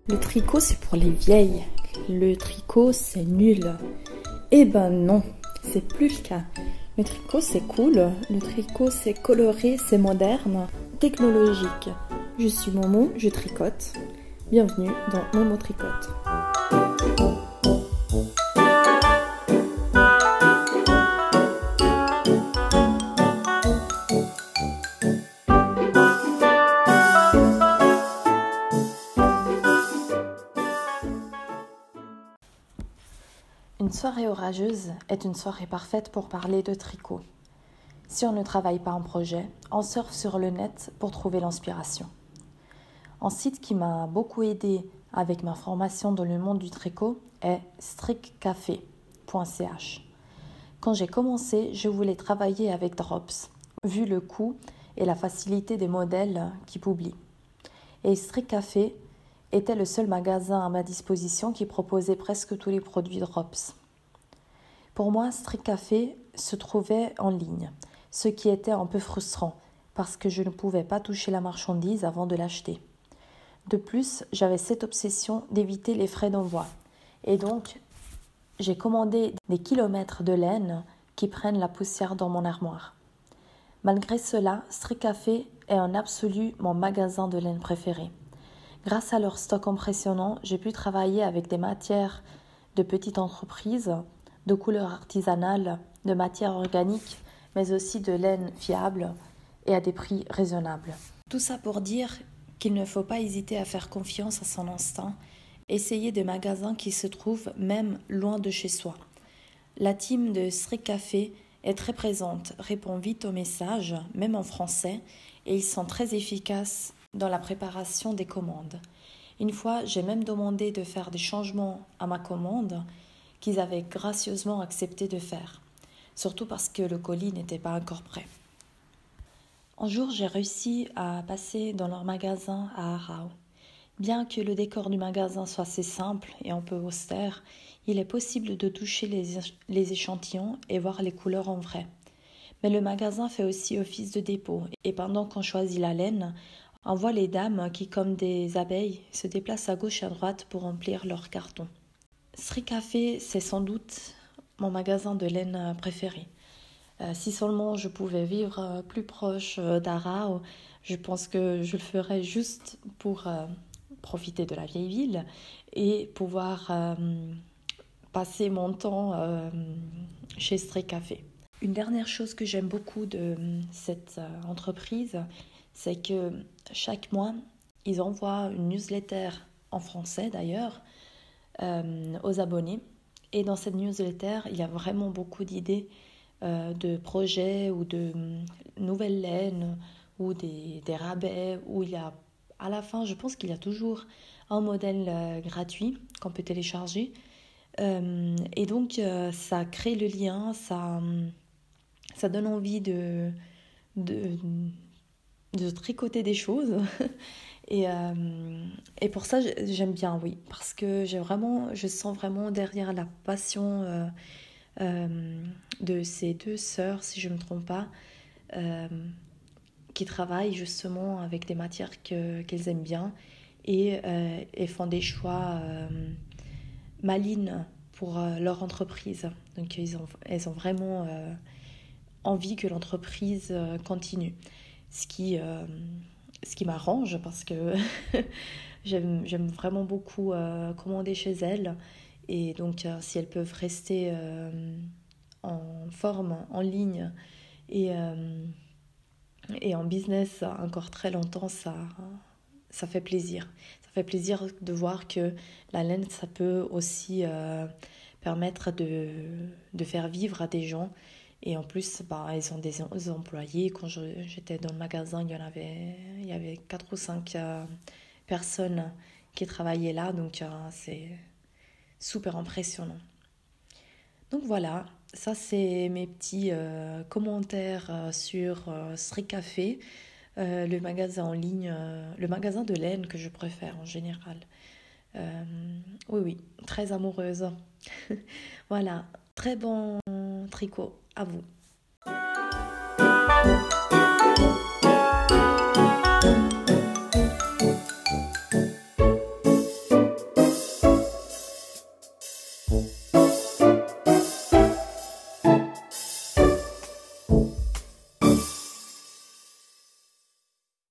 Le tricot, c'est pour les vieilles. Le tricot, c'est nul. Eh ben non, c'est plus le cas. Le tricot, c'est cool. Le tricot, c'est coloré, c'est moderne, technologique. Je suis Momo, je tricote. Bienvenue dans Momo Tricote. Une soirée orageuse est une soirée parfaite pour parler de tricot. Si on ne travaille pas un projet, on surfe sur le net pour trouver l'inspiration. Un site qui m'a beaucoup aidé avec ma formation dans le monde du tricot est strickcafé.ch. Quand j'ai commencé, je voulais travailler avec Drops, vu le coût et la facilité des modèles qu'ils publient. Et Strickcafé était le seul magasin à ma disposition qui proposait presque tous les produits Drops. Pour moi, Strickcafé se trouvait en ligne, ce qui était un peu frustrant parce que je ne pouvais pas toucher la marchandise avant de l'acheter. De plus, j'avais cette obsession d'éviter les frais d'envoi et donc j'ai commandé des kilomètres de laine qui prennent la poussière dans mon armoire. Malgré cela, Strickcafé est en absolu mon magasin de laine préféré. Grâce à leur stock impressionnant, j'ai pu travailler avec des matières de petites entreprises, de couleurs artisanales, de matières organiques, mais aussi de laine fiable et à des prix raisonnables. Tout ça pour dire qu'il ne faut pas hésiter à faire confiance à son instinct, essayer des magasins qui se trouvent même loin de chez soi. La team de Strickcafé est très présente, répond vite aux messages, même en français, et ils sont très efficaces dans la préparation des commandes. Une fois, j'ai même demandé de faire des changements à ma commande qu'ils avaient gracieusement accepté de faire, surtout parce que le colis n'était pas encore prêt. Un jour, j'ai réussi à passer dans leur magasin à Arao. Bien que le décor du magasin soit assez simple et un peu austère, il est possible de toucher les échantillons et voir les couleurs en vrai. Mais le magasin fait aussi office de dépôt et pendant qu'on choisit la laine, on voit les dames qui, comme des abeilles, se déplacent à gauche et à droite pour remplir leurs cartons. Strickcafé, c'est sans doute mon magasin de laine préféré. Si seulement je pouvais vivre plus proche d'Arao, je pense que je le ferais juste pour profiter de la vieille ville et pouvoir passer mon temps chez Strickcafé. Une dernière chose que j'aime beaucoup de cette entreprise, c'est que chaque mois, ils envoient une newsletter en français d'ailleurs aux abonnés. Et dans cette newsletter, il y a vraiment beaucoup d'idées de projets ou de nouvelles laines ou des rabais où il y a, à la fin, je pense qu'il y a toujours un modèle gratuit qu'on peut télécharger. Et donc, ça crée le lien, ça donne envie de tricoter des choses. Et pour ça, j'aime bien, oui. Parce que je sens vraiment derrière la passion de ces deux sœurs, si je ne me trompe pas, qui travaillent justement avec des matières qu'elles aiment bien et font des choix malines pour leur entreprise. Donc elles ont vraiment envie que l'entreprise continue. Ce qui m'arrange parce que j'aime vraiment beaucoup commander chez elles. Et donc, si elles peuvent rester en forme, en ligne et en business encore très longtemps, ça fait plaisir. Ça fait plaisir de voir que la laine, ça peut aussi permettre de faire vivre à des gens. Et en plus, ils ont des employés. Quand j'étais dans le magasin, il y avait 4 ou 5 personnes qui travaillaient là. Donc, c'est super impressionnant. Donc voilà, ça c'est mes petits commentaires sur Strickcafé, le magasin en ligne, le magasin de laine que je préfère en général. Oui, très amoureuse. Voilà, très bon tricot à vous.